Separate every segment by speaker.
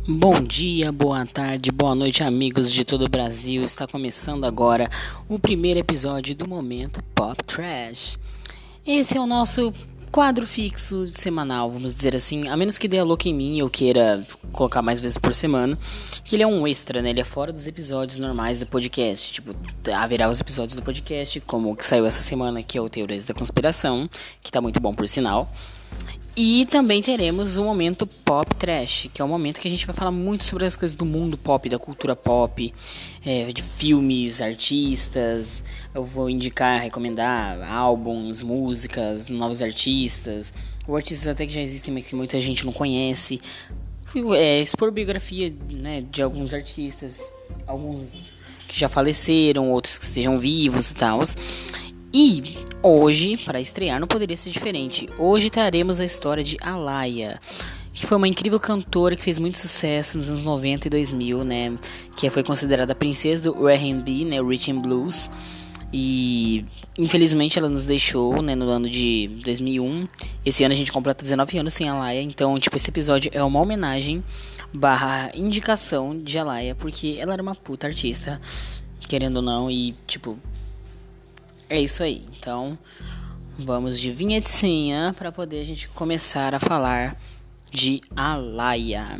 Speaker 1: Bom dia, boa tarde, boa noite, amigos de todo o Brasil. Está começando agora o primeiro episódio do Momento Pop Trash. Esse é o nosso quadro fixo semanal, vamos dizer assim, a menos que dê a louca em mim e eu queira colocar mais vezes por semana, que ele é um extra, né? Ele é fora dos episódios normais do podcast. Tipo, haverá os episódios do podcast, como o que saiu essa semana, que é o Teorias da Conspiração, que tá muito bom por sinal. E também teremos o momento pop trash, que é o momento que a gente vai falar muito sobre as coisas do mundo pop, da cultura pop, de filmes, artistas. Eu vou indicar, recomendar álbuns, músicas, novos artistas, ou artistas até que já existem, mas que muita gente não conhece. Expor biografia, né, de alguns artistas, alguns que já faleceram, outros que estejam vivos e tal. E hoje, para estrear, não poderia ser diferente. Hoje traremos a história de Alaia, que foi uma incrível cantora que fez muito sucesso nos anos 90 e 2000, né? Que foi considerada a princesa do R&B, né? O Rhythm and Blues. E infelizmente ela nos deixou, né? No ano de 2001. Esse ano a gente completa 19 anos sem Alaia. Então, tipo, esse episódio é uma homenagem / indicação de Alaia, porque ela era uma puta artista, querendo ou não, e tipo... É isso aí, então vamos de vinhetinha para poder a gente começar a falar de Alaia.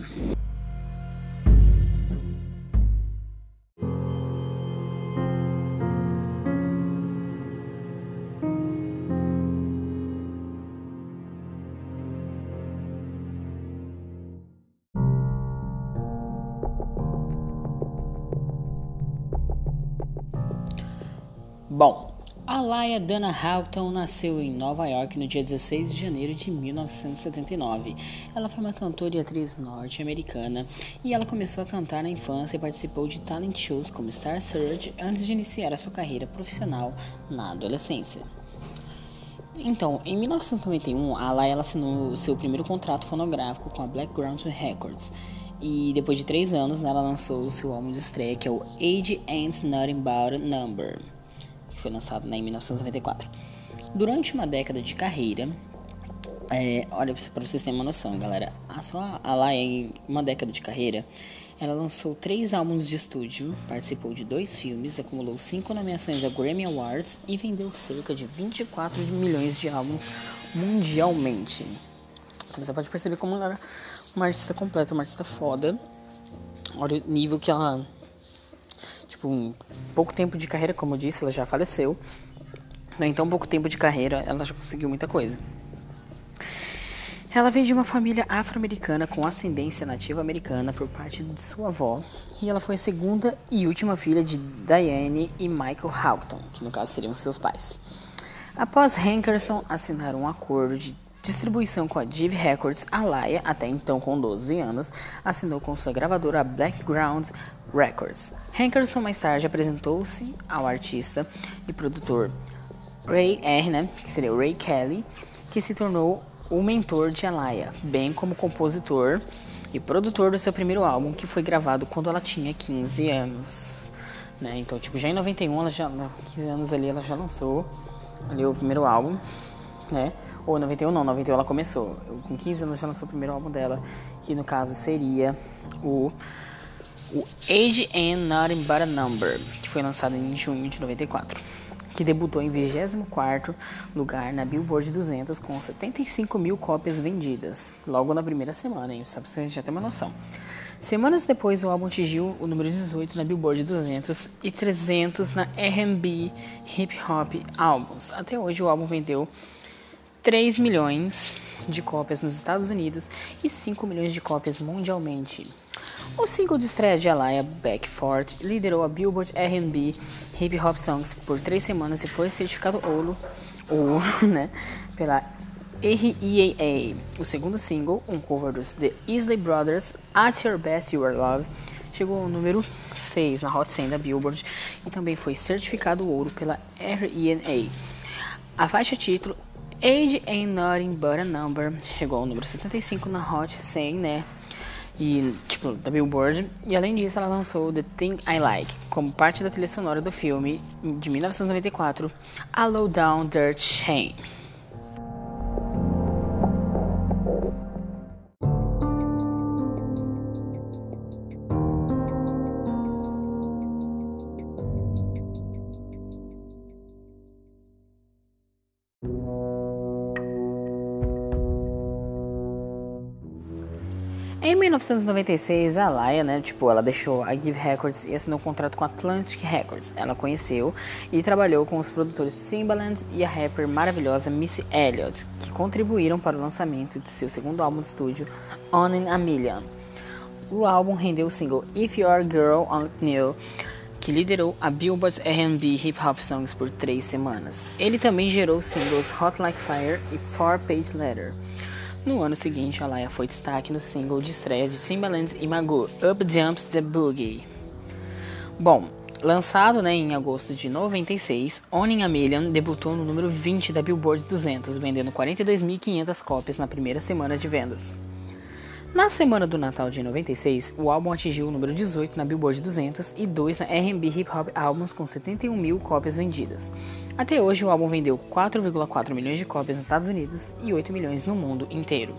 Speaker 1: Bom, Alaia Dana Houghton nasceu em Nova York no dia 16 de janeiro de 1979. Ela foi uma cantora e atriz norte-americana e ela começou a cantar na infância e participou de talent shows como Star Search antes de iniciar a sua carreira profissional na adolescência. Então, em 1991, a Alaia assinou o seu primeiro contrato fonográfico com a Blackground Records. E depois de 3 anos, ela lançou o seu álbum de estreia, que é o Age Ain't Nothing But a Number, que foi lançado, né, em 1994. Durante uma década de carreira, olha, para vocês terem uma noção, galera, a Alaia, em uma década de carreira, ela lançou 3 álbuns de estúdio, participou de 2 filmes, acumulou 5 nomeações a Grammy Awards e vendeu cerca de 24 milhões de álbuns mundialmente. Então você pode perceber como ela era uma artista completa, uma artista foda. Olha o nível que ela... Tipo, em pouco tempo de carreira, como eu disse, ela já faleceu. Em tão pouco tempo de carreira, ela já conseguiu muita coisa. Ela veio de uma família afro-americana com ascendência nativa americana por parte de sua avó. E ela foi a segunda e última filha de Diane e Michael Houghton, que no caso seriam seus pais. Após Hankerson assinar um acordo de distribuição com a Jive Records, Alaia, até então com 12 anos, assinou com sua gravadora Blackground Records. Hankerson mais tarde apresentou-se ao artista e produtor Ray R., né, que seria o Ray Kelly, que se tornou o mentor de Alaia, bem como compositor e produtor do seu primeiro álbum, que foi gravado quando ela tinha 15 anos. Né? Então, tipo, já em 91, ela já, 15 anos ali, ela já lançou ali o primeiro álbum. Né? Ou 91 não, 91 ela começou. Com 15 anos já lançou o primeiro álbum dela, que no caso seria o Age Ain't Nothing But a Number, que foi lançado em junho de 94, que debutou em 24º lugar na Billboard 200 com 75 mil cópias vendidas, logo na primeira semana, hein? Só pra você já ter uma noção. Semanas depois, o álbum atingiu o número 18 na Billboard 200 e 300 na R&B Hip Hop Albums. Até hoje, o álbum vendeu 3 milhões de cópias nos Estados Unidos e 5 milhões de cópias mundialmente. O single de estreia de Alaia, Back Forth, liderou a Billboard R&B Hip Hop Songs por 3 semanas e foi certificado ouro, né, pela RIAA. O segundo single, um cover dos The Isley Brothers, At Your Best You Are Love, chegou ao número 6 na Hot 100 da Billboard e também foi certificado ouro pela RIAA. A faixa título Age Ain't Nothing But a Number chegou ao número 75 na Hot 100, né? E, tipo, da Billboard. E além disso, ela lançou The Thing I Like como parte da trilha sonora do filme de 1994, A Low Down Dirt Shame. Em 1996, a Alaya, né, ela deixou a Give Records e assinou um contrato com a Atlantic Records. Ela conheceu e trabalhou com os produtores Timbaland e a rapper maravilhosa Missy Elliott, que contribuíram para o lançamento de seu segundo álbum de estúdio, On in a Million. O álbum rendeu o single If You're a Girl on New, que liderou a Billboard R&B Hip Hop Songs por 3 semanas. Ele também gerou os singles Hot Like Fire e 4-Page Letter. No ano seguinte, Alaya foi destaque no single de estreia de Timbaland e Magoo, Up Jumps the Boogie. Bom, lançado em agosto de 96, On in a Million debutou no número 20 da Billboard 200, vendendo 42.500 cópias na primeira semana de vendas. Na semana do Natal de 96, o álbum atingiu o número 18 na Billboard 200 e 2 na R&B Hip Hop Albums com 71.000 cópias vendidas. Até hoje, o álbum vendeu 4,4 milhões de cópias nos Estados Unidos e 8 milhões no mundo inteiro.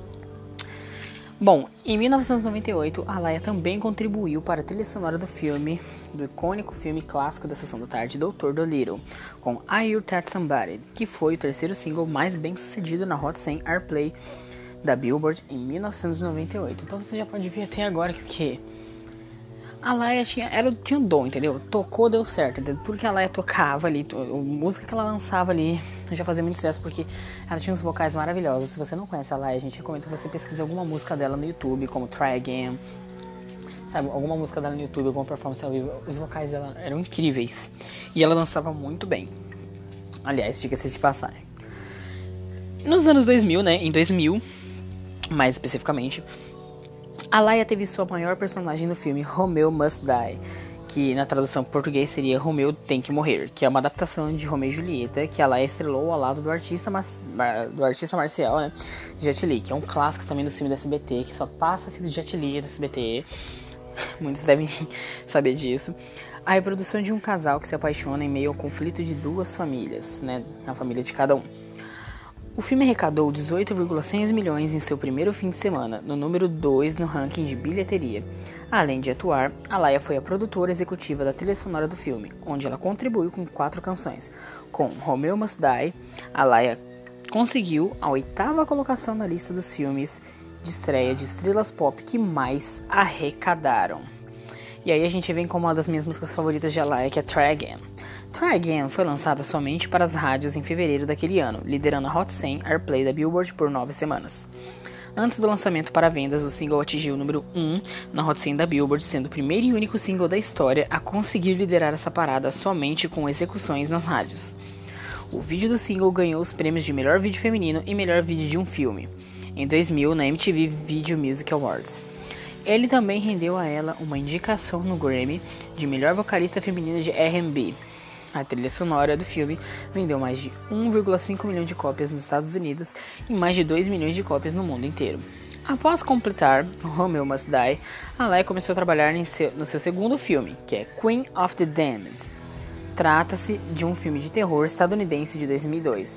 Speaker 1: Bom, em 1998, a Alaya também contribuiu para a trilha sonora do icônico filme clássico da Sessão da Tarde, Dr. Dolittle, com Are You That Somebody, que foi o terceiro single mais bem sucedido na Hot 100 Airplay da Billboard em 1998. Então você já pode ver até agora que a Alaya tinha um dom, entendeu? Tocou, deu certo, entendeu? Tudo que a Alaya tocava ali, a música que ela lançava ali, já fazia muito sucesso porque ela tinha uns vocais maravilhosos. Se você não conhece a Alaya, a gente recomenda que você pesquise alguma música dela no YouTube, como Try Again, sabe? Alguma música dela no YouTube, alguma performance ao vivo. Os vocais dela eram incríveis e ela dançava muito bem. Aliás, diga-se de passagem. Nos anos 2000, em 2000, mais especificamente, a Alaya teve sua maior personagem no filme Romeo Must Die, que na tradução em português seria Romeo Tem Que Morrer, que é uma adaptação de Romeo e Julieta, que a Alaya estrelou ao lado do artista marcial, Jet Li, que é um clássico também do filme da SBT, que só passa filme de Jet Li do SBT, muitos devem saber disso. A reprodução de um casal que se apaixona em meio ao conflito de duas famílias, a família de cada um. O filme arrecadou 18,6 milhões em seu primeiro fim de semana, no número 2 no ranking de bilheteria. Além de atuar, a Alaya foi a produtora executiva da trilha sonora do filme, onde ela contribuiu com 4 canções. Com Romeo Must Die, a Alaya conseguiu a 8ª colocação na lista dos filmes de estreia de estrelas pop que mais arrecadaram. E aí a gente vem com uma das minhas músicas favoritas de Alaya, que é Try Again. Try Again foi lançada somente para as rádios em fevereiro daquele ano, liderando a Hot 100 Airplay da Billboard por 9 semanas. Antes do lançamento para vendas, o single atingiu o número 1 na Hot 100 da Billboard, sendo o primeiro e único single da história a conseguir liderar essa parada somente com execuções nas rádios. O vídeo do single ganhou os prêmios de melhor vídeo feminino e melhor vídeo de um filme, em 2000 na MTV Video Music Awards. Ele também rendeu a ela uma indicação no Grammy de melhor vocalista feminina de R&B. A trilha sonora do filme vendeu mais de 1,5 milhão de cópias nos Estados Unidos e mais de 2 milhões de cópias no mundo inteiro. Após completar Romeo Must Die, a Alaya começou a trabalhar no seu segundo filme, que é Queen of the Damned. Trata-se de um filme de terror estadunidense de 2002.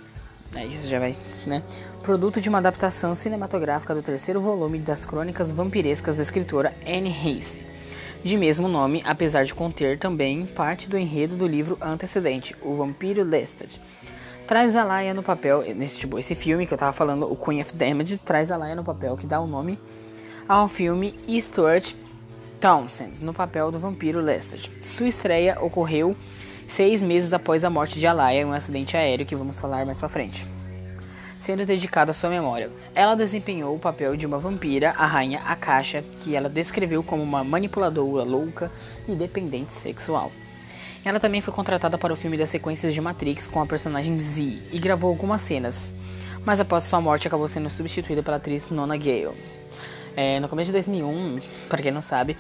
Speaker 1: Isso já vai, Produto de uma adaptação cinematográfica do terceiro volume das crônicas vampirescas da escritora Anne Rice, de mesmo nome, apesar de conter também parte do enredo do livro antecedente, O Vampiro Lestat. Traz a Alaya no papel, esse filme que eu tava falando, o Queen of Damned, traz a Alaya no papel que dá o nome ao filme, e Stuart Townsend no papel do Vampiro Lestat. Sua estreia ocorreu 6 meses após a morte de Alaya em um acidente aéreo que vamos falar mais pra frente, sendo dedicado à sua memória. Ela desempenhou o papel de uma vampira, a rainha Akasha, que ela descreveu como uma manipuladora louca e dependente sexual. Ela também foi contratada para o filme das sequências de Matrix com a personagem Z e gravou algumas cenas, mas após sua morte acabou sendo substituída pela atriz Nona Gale. No começo de 2001, para quem não sabe,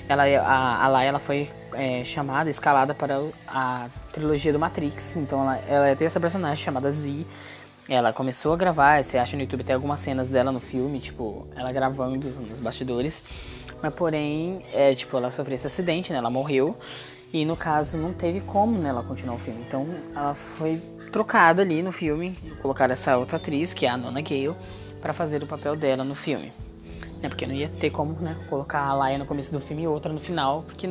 Speaker 1: a Alaya foi escalada para a trilogia do Matrix, então ela tem essa personagem chamada Z. Ela começou a gravar, você acha no YouTube, tem algumas cenas dela no filme, ela gravando nos bastidores. Mas porém, ela sofreu esse acidente, ela morreu. E no caso, não teve como, ela continuar o filme. Então, ela foi trocada ali no filme. Colocaram essa outra atriz, que é a Nona Gale, para fazer o papel dela no filme. Porque não ia ter como, colocar a Alaya no começo do filme e outra no final, porque,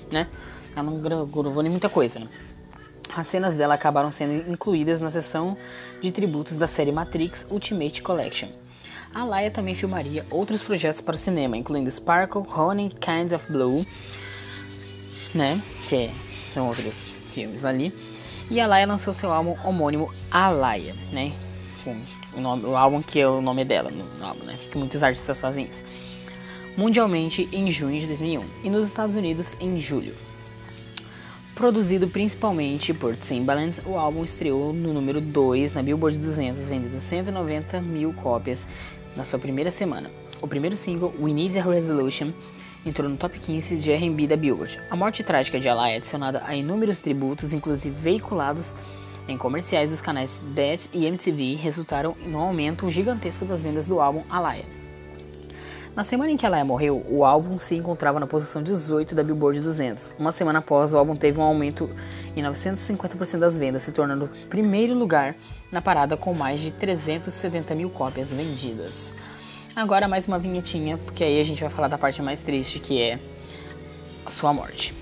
Speaker 1: ela não gravou nem muita coisa, As cenas dela acabaram sendo incluídas na seção de tributos da série Matrix Ultimate Collection. A Laia também filmaria outros projetos para o cinema, incluindo Sparkle, Honey, Kinds of Blue, né, são outros filmes ali. E a Laia lançou seu álbum homônimo Alaia, né, o álbum que é o nome dela no álbum, né, que muitos artistas fazem isso. Mundialmente em junho de 2001 e nos Estados Unidos em julho. Produzido principalmente por Timbaland, o álbum estreou no número 2 na Billboard 200, vendendo 190 mil cópias na sua primeira semana. O primeiro single, We Need a Resolution, entrou no top 15 de R&B da Billboard. A morte trágica de Alaia, adicionada a inúmeros tributos, inclusive veiculados em comerciais dos canais BET e MTV, resultaram em um aumento gigantesco das vendas do álbum Alaia. Na semana em que Alaia morreu, o álbum se encontrava na posição 18 da Billboard 200. Uma semana após, o álbum teve um aumento em 950% das vendas, se tornando o primeiro lugar na parada com mais de 370 mil cópias vendidas. Agora mais uma vinhetinha, porque aí a gente vai falar da parte mais triste, que é a sua morte.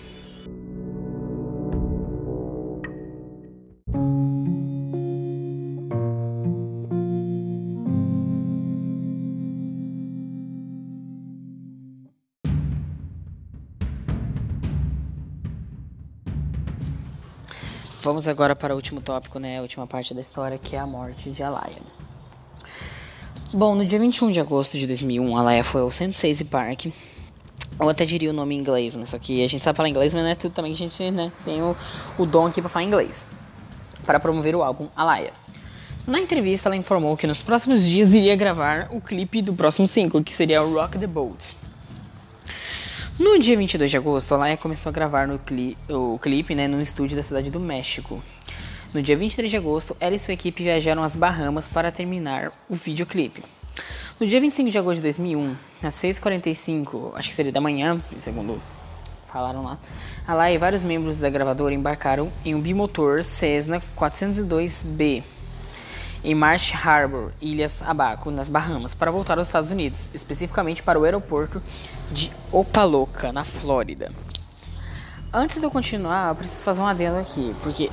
Speaker 1: Vamos agora para o último tópico, né, a última parte da história, que é a morte de Alaia. Bom, no dia 21 de agosto de 2001, Alaia foi ao Sense8 Park. Eu até diria o nome em inglês, mas só que a gente sabe falar inglês, mas não é tudo também que a gente, né, tem o dom aqui para falar inglês. Para promover o álbum Alaia. Na entrevista, ela informou que nos próximos dias iria gravar o clipe do próximo single, que seria o Rock the Boat. No dia 22 de agosto, a Alaia começou a gravar o clipe, né, no estúdio da cidade do México. No dia 23 de agosto, ela e sua equipe viajaram às Bahamas para terminar o videoclipe. No dia 25 de agosto de 2001, às 6h45, acho que seria da manhã, segundo falaram lá, a Alaia e vários membros da gravadora embarcaram em um bimotor Cessna 402B em Marsh Harbor, Ilhas Abaco, nas Bahamas, para voltar aos Estados Unidos, especificamente para o aeroporto de Opa-locka, na Flórida. Antes de eu continuar, eu preciso fazer um adendo aqui, porque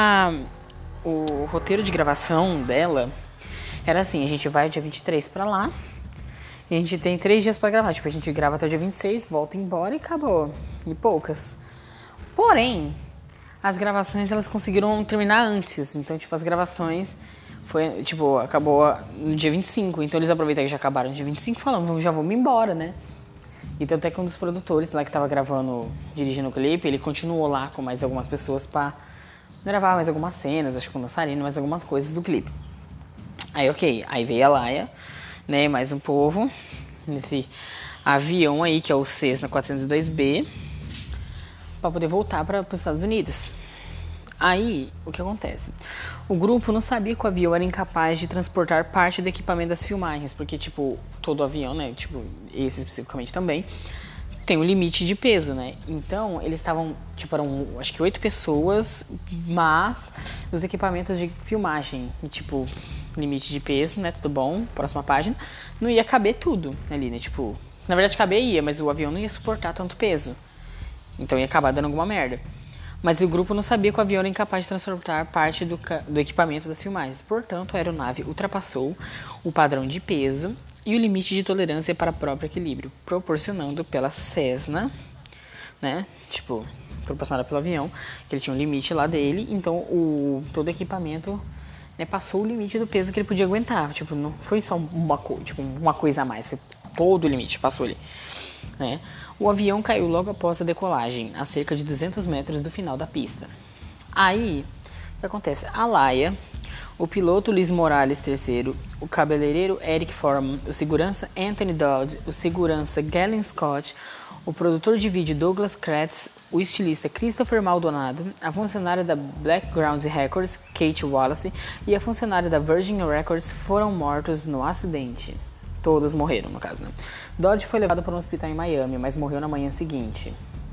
Speaker 1: o roteiro de gravação dela era assim: a gente vai dia 23 pra lá, e a gente tem 3 dias pra gravar, tipo, a gente grava até o dia 26, volta embora e acabou, e poucas. Porém, as gravações elas conseguiram terminar antes, então, tipo, as gravações foi, tipo, acabou no dia 25, então eles aproveitaram que já acabaram no dia 25 e falaram, já vamos embora, né? Então até que um dos produtores lá que tava dirigindo o clipe, ele continuou lá com mais algumas pessoas pra gravar mais algumas cenas, acho que com dançarino, mais algumas coisas do clipe. Aí aí veio a Laia, né, mais um povo, nesse avião aí, que é o Cessna 402B, pra poder voltar para os Estados Unidos. Aí, o que acontece? O grupo não sabia que o avião era incapaz de transportar parte do equipamento das filmagens, porque, tipo, todo avião, né, tipo, esse especificamente também, tem um limite de peso, né? Então, eles estavam, tipo, eram, acho que 8 pessoas, mas os equipamentos de filmagem, tipo, limite de peso, né, tudo bom, próxima página, não ia caber tudo ali, né, tipo, na verdade ia, mas o avião não ia suportar tanto peso, então ia acabar dando alguma merda. Mas o grupo não sabia que o avião era incapaz de transportar parte do equipamento das filmagens. Portanto, a aeronave ultrapassou o padrão de peso e o limite de tolerância para o próprio equilíbrio, proporcionando pela Cessna, né? Tipo, proporcionada pelo avião, que ele tinha um limite lá dele. Então, todo o equipamento, né, passou o limite do peso que ele podia aguentar. Tipo, não foi só uma coisa a mais, foi todo o limite, passou ali, né? O avião caiu logo após a decolagem, a cerca de 200 metros do final da pista. Aí, o que acontece? A Laia, o piloto Luiz Morales III, o cabeleireiro Eric Foreman, o segurança Anthony Dodd, o segurança Galen Scott, o produtor de vídeo Douglas Kratz, o estilista Christopher Maldonado, a funcionária da Blackground Records, Kate Wallace, e a funcionária da Virgin Records foram mortos no acidente. Todos morreram, no caso, né? Dodd foi levado para um hospital em Miami, mas morreu na manhã seguinte.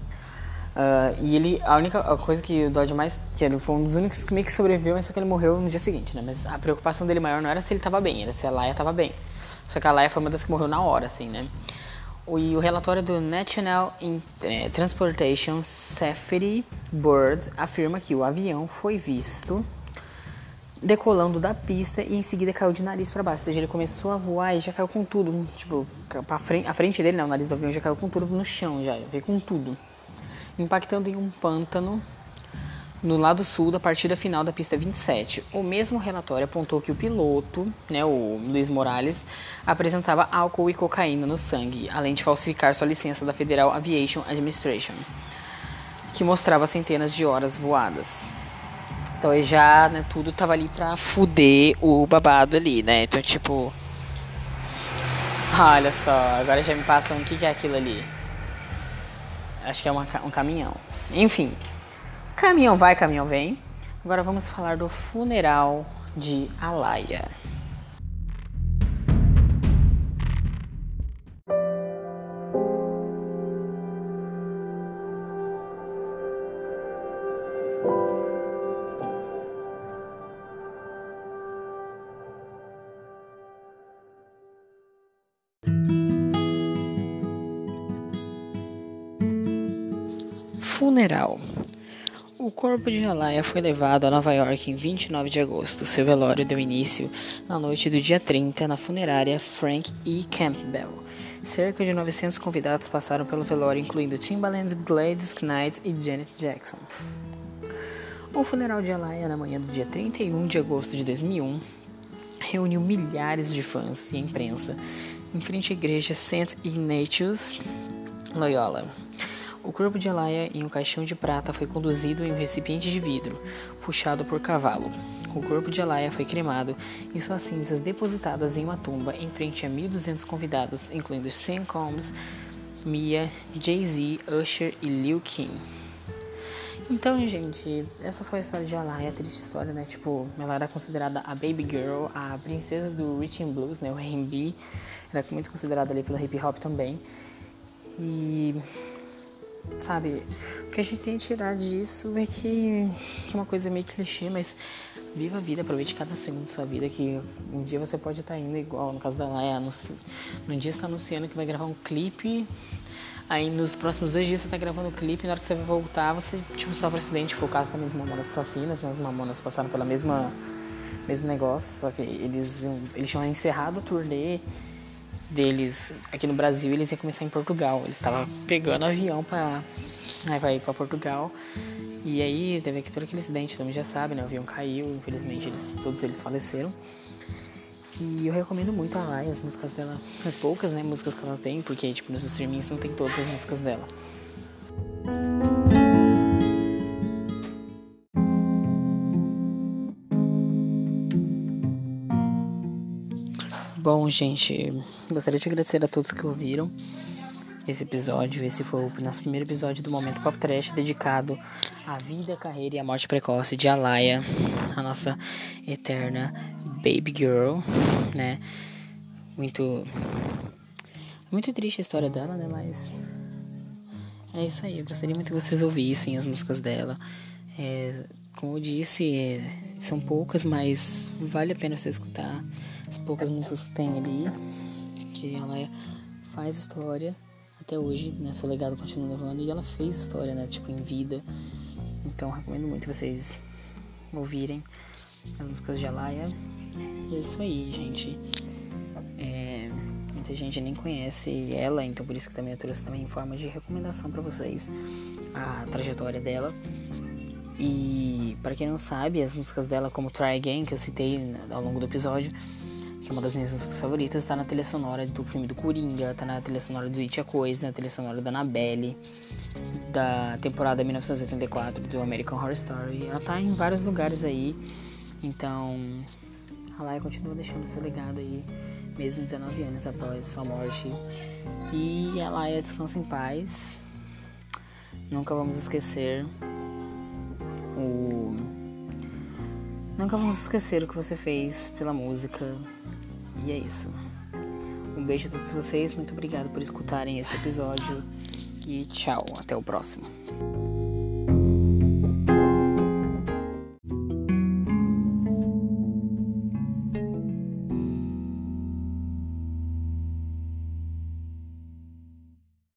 Speaker 1: E a única coisa que o Dodd que ele foi um dos únicos que meio que sobreviveu, mas só que ele morreu no dia seguinte, né? Mas a preocupação dele maior não era se ele estava bem, era se a Laia estava bem. Só que a Laia foi uma das que morreu na hora, assim, né? E o relatório do National Transportation Safety Board afirma que o avião foi visto decolando da pista e em seguida caiu de nariz para baixo. Ou seja, ele começou a voar e já caiu com tudo. Tipo, a frente dele, né, o nariz do avião já caiu com tudo no chão, já veio com tudo. Impactando em um pântano no lado sul da partida final da pista 27. O mesmo relatório apontou que o piloto, né, o Luiz Morales, apresentava álcool e cocaína no sangue, além de falsificar sua licença da Federal Aviation Administration, que mostrava centenas de horas voadas. Então já, né, tudo tava ali pra fuder o babado ali, né? Então, tipo... Olha só, agora já me passam o que é aquilo ali. Acho que é um caminhão. Enfim, caminhão vai, caminhão vem. Agora vamos falar do funeral de Alaia. Funeral. O corpo de Alaia foi levado a Nova York em 29 de agosto. Seu velório deu início na noite do dia 30 na funerária Frank E. Campbell. Cerca de 900 convidados passaram pelo velório, incluindo Timbaland, Gladys Knight e Janet Jackson. O funeral de Alaia, na manhã do dia 31 de agosto de 2001, reuniu milhares de fãs e imprensa em frente à igreja St. Ignatius Loyola. O corpo de Alaia, em um caixão de prata, foi conduzido em um recipiente de vidro, puxado por cavalo. O corpo de Alaia foi cremado e suas cinzas depositadas em uma tumba em frente a 1.200 convidados, incluindo Sean Combs, Mia, Jay-Z, Usher e Lil Kim. Então, gente, essa foi a história de Alaia, a triste história, né? Tipo, ela era considerada a baby girl, a princesa do rhythm and blues, né? O R&B. Ela é muito considerada ali pelo hip hop também. E... sabe, o que a gente tem que tirar disso é que é uma coisa meio clichê, mas viva a vida, aproveite cada segundo da sua vida, que um dia você pode estar indo igual, no caso da Laia, num dia você está anunciando que vai gravar um clipe, aí nos próximos 2 dias você está gravando o clipe, e na hora que você vai voltar, você tipo, sofre um acidente, foi o caso também das Mamonas Assassinas, né? As Mamonas passaram pelo mesmo negócio, só que eles tinham encerrado a turnê deles aqui no Brasil, eles iam começar em Portugal. Eles estavam pegando avião pra ir pra Portugal. E aí teve todo aquele acidente, todo mundo já sabe, né? O avião caiu, infelizmente todos eles faleceram. E eu recomendo muito a Alaia, as músicas dela, as poucas, né, músicas que ela tem, porque tipo nos streamings não tem todas as músicas dela. Bom, gente, gostaria de agradecer a todos que ouviram esse episódio. Esse foi o nosso primeiro episódio do Momento Pop Trash, dedicado à vida, carreira e à morte precoce de Alaia, a nossa eterna baby girl, né? Muito triste a história dela, né? Mas é isso aí. Eu gostaria muito que vocês ouvissem as músicas dela. Como eu disse, são poucas, mas vale a pena você escutar as poucas músicas que tem ali, que ela faz história até hoje, né? Seu legado continua levando, e ela fez história, né? Tipo, em vida. Então, recomendo muito vocês ouvirem as músicas de Alaia. E é isso aí, gente. Muita gente nem conhece ela, então por isso que também eu trouxe também em forma de recomendação pra vocês a trajetória dela. E para quem não sabe, as músicas dela, como Try Again, que eu citei ao longo do episódio, que é uma das minhas músicas favoritas, tá na trilha sonora do filme do Coringa, tá na trilha sonora do It a Coisa, na trilha sonora da Annabelle, da temporada 1984 do American Horror Story. Ela tá em vários lugares aí, então a Laia continua deixando seu legado aí, mesmo 19 anos após sua morte. E a Laia descansa em paz. Nunca vamos esquecer o que você fez pela música. E é isso. Um beijo a todos vocês. Muito obrigado por escutarem esse episódio. E tchau. Até o próximo.